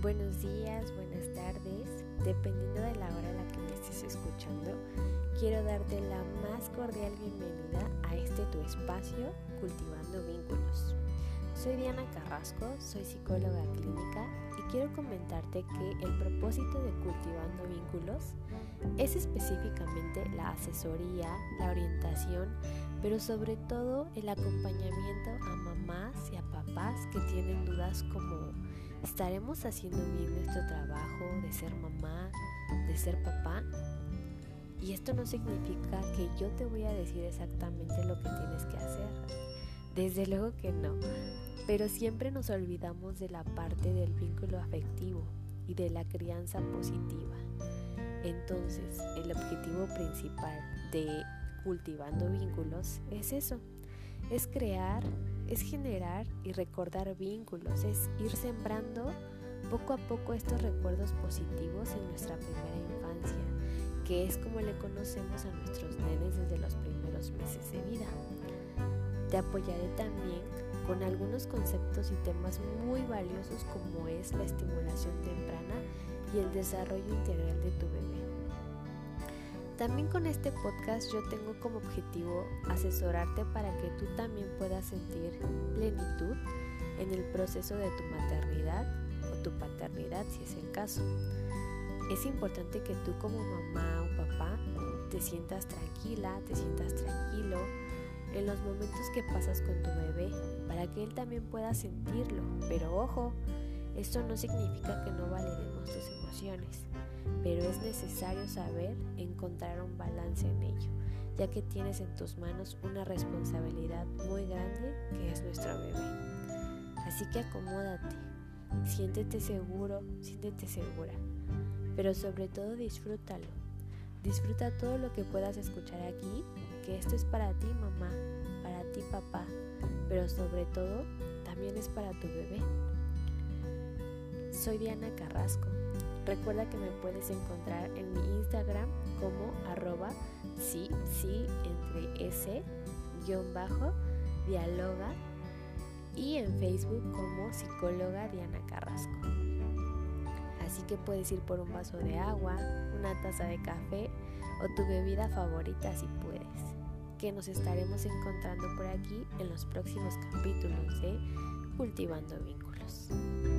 Buenos días, buenas tardes, dependiendo de la hora en la que me estés escuchando, quiero darte la más cordial bienvenida a este tu espacio, Cultivando Vínculos. Soy Diana Carrasco, soy psicóloga clínica y quiero comentarte que el propósito de Cultivando Vínculos es específicamente la asesoría, la orientación, pero sobre todo el acompañamiento a mamás y a papás que tienen dudas como ¿estaremos haciendo bien nuestro trabajo de ser mamá, de ser papá? Y esto no significa que yo te voy a decir exactamente lo que tienes que hacer. Desde luego que no, pero siempre nos olvidamos de la parte del vínculo afectivo y de la crianza positiva. Entonces, el objetivo principal de Cultivando Vínculos es eso, es crear, es generar y recordar vínculos, es ir sembrando poco a poco estos recuerdos positivos en nuestra primera infancia, que es como le conocemos a nuestros nenes desde los primeros meses de vida. Te apoyaré también con algunos conceptos y temas muy valiosos como es la estimulación temprana y el desarrollo integral de tu bebé. También con este podcast yo tengo como objetivo asesorarte para que tú también puedas sentir plenitud en el proceso de tu maternidad o tu paternidad si es el caso. Es importante que tú como mamá o papá te sientas tranquila, te sientas tranquilo en los momentos que pasas con tu bebé para que él también pueda sentirlo. Pero ojo, esto no significa que no validemos tus emociones, pero es necesario saber encontrar un balance en ello, ya que tienes en tus manos una responsabilidad muy grande que es nuestro bebé. Así que acomódate, siéntete seguro, siéntete segura, pero sobre todo disfrútalo. Disfruta todo lo que puedas escuchar aquí, que esto es para ti mamá, para ti papá, pero sobre todo también es para tu bebé. Soy Diana Carrasco. Recuerda que me puedes encontrar en mi Instagram como @dialoga y en Facebook como psicóloga Diana Carrasco. Así que puedes ir por un vaso de agua, una taza de café o tu bebida favorita si puedes. Que nos estaremos encontrando por aquí en los próximos capítulos de Cultivando Vínculos.